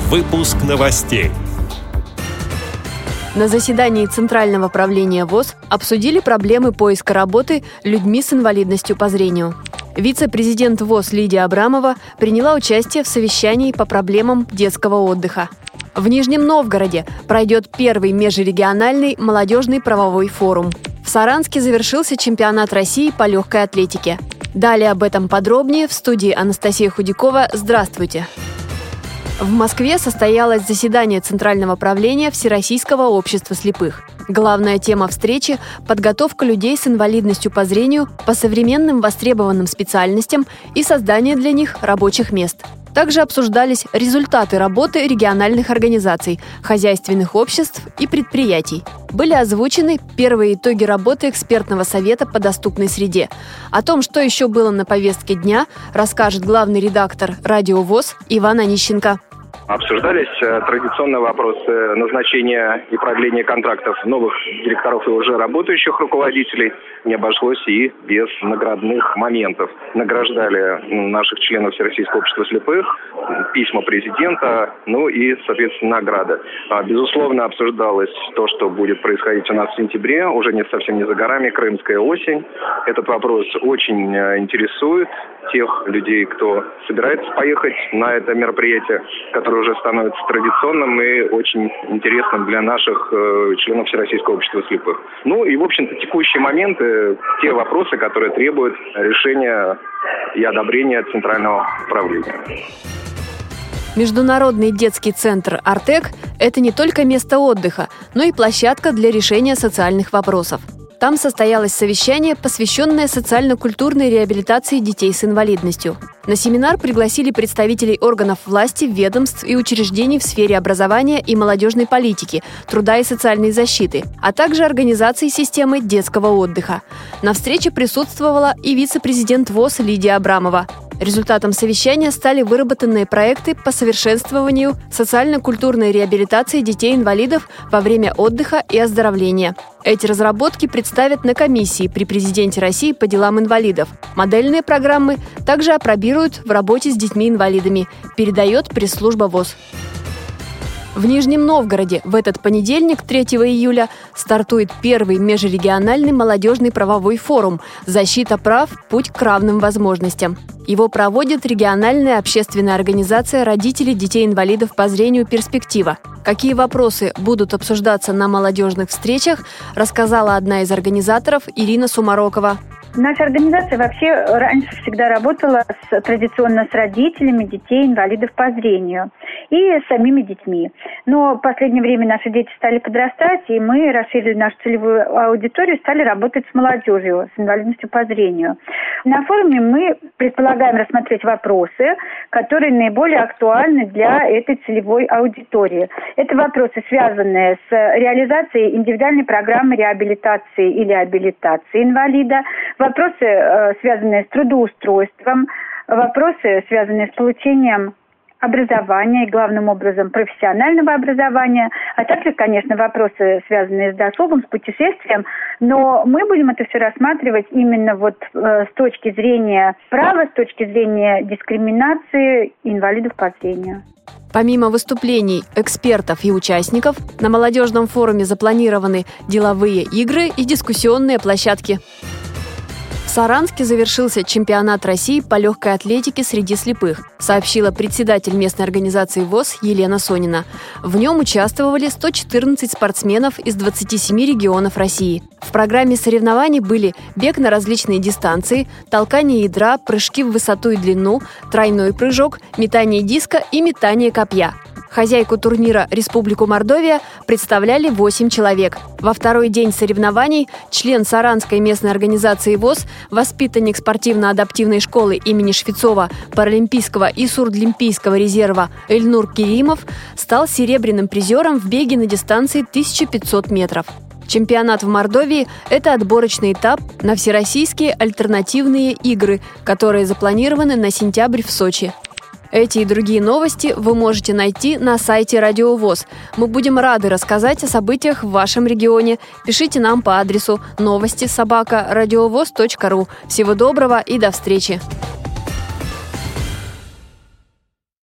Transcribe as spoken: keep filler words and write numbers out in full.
Выпуск новостей. На заседании Центрального правления ВОС обсудили проблемы поиска работы людьми с инвалидностью по зрению. Вице-президент ВОС Лидия Абрамова приняла участие в совещании по проблемам детского отдыха. В Нижнем Новгороде пройдет первый межрегиональный молодежный правовой форум. В Саранске завершился чемпионат России по легкой атлетике. Далее об этом подробнее в студии Анастасия Худякова. Здравствуйте! В Москве состоялось заседание Центрального правления Всероссийского общества слепых. Главная тема встречи – подготовка людей с инвалидностью по зрению по современным востребованным специальностям и создание для них рабочих мест. Также обсуждались результаты работы региональных организаций, хозяйственных обществ и предприятий. Были озвучены первые итоги работы экспертного совета по доступной среде. О том, что еще было на повестке дня, расскажет главный редактор «Радио ВОС» Иван Онищенко. Обсуждались традиционные вопросы назначения и продления контрактов новых директоров и уже работающих руководителей. Не обошлось и без наградных моментов. Награждали наших членов Всероссийского общества слепых, письма президента, ну и, соответственно, награды. Безусловно, обсуждалось то, что будет происходить у нас в сентябре, уже не совсем не за горами, Крымская осень. Этот вопрос очень интересует тех людей, кто собирается поехать на это мероприятие, которое уже становится традиционным и очень интересным для наших э, членов Всероссийского общества слепых. Ну и, в общем-то, текущие моменты, те вопросы, которые требуют решения и одобрения Центрального правления. Международный детский центр «Артек» – это не только место отдыха, но и площадка для решения социальных вопросов. Там состоялось совещание, посвященное социально-культурной реабилитации детей с инвалидностью. На семинар пригласили представителей органов власти, ведомств и учреждений в сфере образования и молодежной политики, труда и социальной защиты, а также организаций системы детского отдыха. На встрече присутствовала и вице-президент ВОС Лидия Абрамова. Результатом совещания стали выработанные проекты по совершенствованию социально-культурной реабилитации детей-инвалидов во время отдыха и оздоровления. Эти разработки представят на комиссии при президенте России по делам инвалидов. Модельные программы также апробируют в работе с детьми-инвалидами, передает пресс-служба ВОС. В Нижнем Новгороде в этот понедельник, третьего июля, стартует первый межрегиональный молодежный правовой форум «Защита прав. Путь к равным возможностям». Его проводит региональная общественная организация родителей детей-инвалидов по зрению «Перспектива». Какие вопросы будут обсуждаться на молодежных встречах, рассказала одна из организаторов Ирина Сумарокова. Наша организация вообще раньше всегда работала с, традиционно с родителями детей-инвалидов по зрению и с самими детьми. Но в последнее время наши дети стали подрастать, и мы расширили нашу целевую аудиторию, стали работать с молодежью с инвалидностью по зрению. На форуме мы предполагаем рассмотреть вопросы, которые наиболее актуальны для этой целевой аудитории. Это вопросы, связанные с реализацией индивидуальной программы реабилитации или абилитации инвалида, вопросы, связанные с трудоустройством, вопросы, связанные с получением образования и, главным образом, профессионального образования, а также, конечно, вопросы, связанные с досугом, с путешествием. Но мы будем это все рассматривать именно вот э, с точки зрения права, с точки зрения дискриминации инвалидов по зрению. Помимо выступлений экспертов и участников, на молодежном форуме запланированы деловые игры и дискуссионные площадки. В Саранске завершился чемпионат России по легкой атлетике среди слепых, сообщила председатель местной организации ВОС Елена Сонина. В нем участвовали сто четырнадцать спортсменов из двадцати семи регионов России. В программе соревнований были бег на различные дистанции, толкание ядра, прыжки в высоту и длину, тройной прыжок, метание диска и метание копья. Хозяйку турнира Республику Мордовия представляли восемь человек. Во второй день соревнований член Саранской местной организации ВОС, воспитанник спортивно-адаптивной школы имени Швецова, паралимпийского и сурдлимпийского резерва Эльнур Керимов стал серебряным призером в беге на дистанции тысяча пятьсот метров. Чемпионат в Мордовии – это отборочный этап на всероссийские альтернативные игры, которые запланированы на сентябрь в Сочи. Эти и другие новости вы можете найти на сайте Радио ВОС. Мы будем рады рассказать о событиях в вашем регионе. Пишите нам по адресу новости собака радиовос точка ру. Всего доброго и до встречи!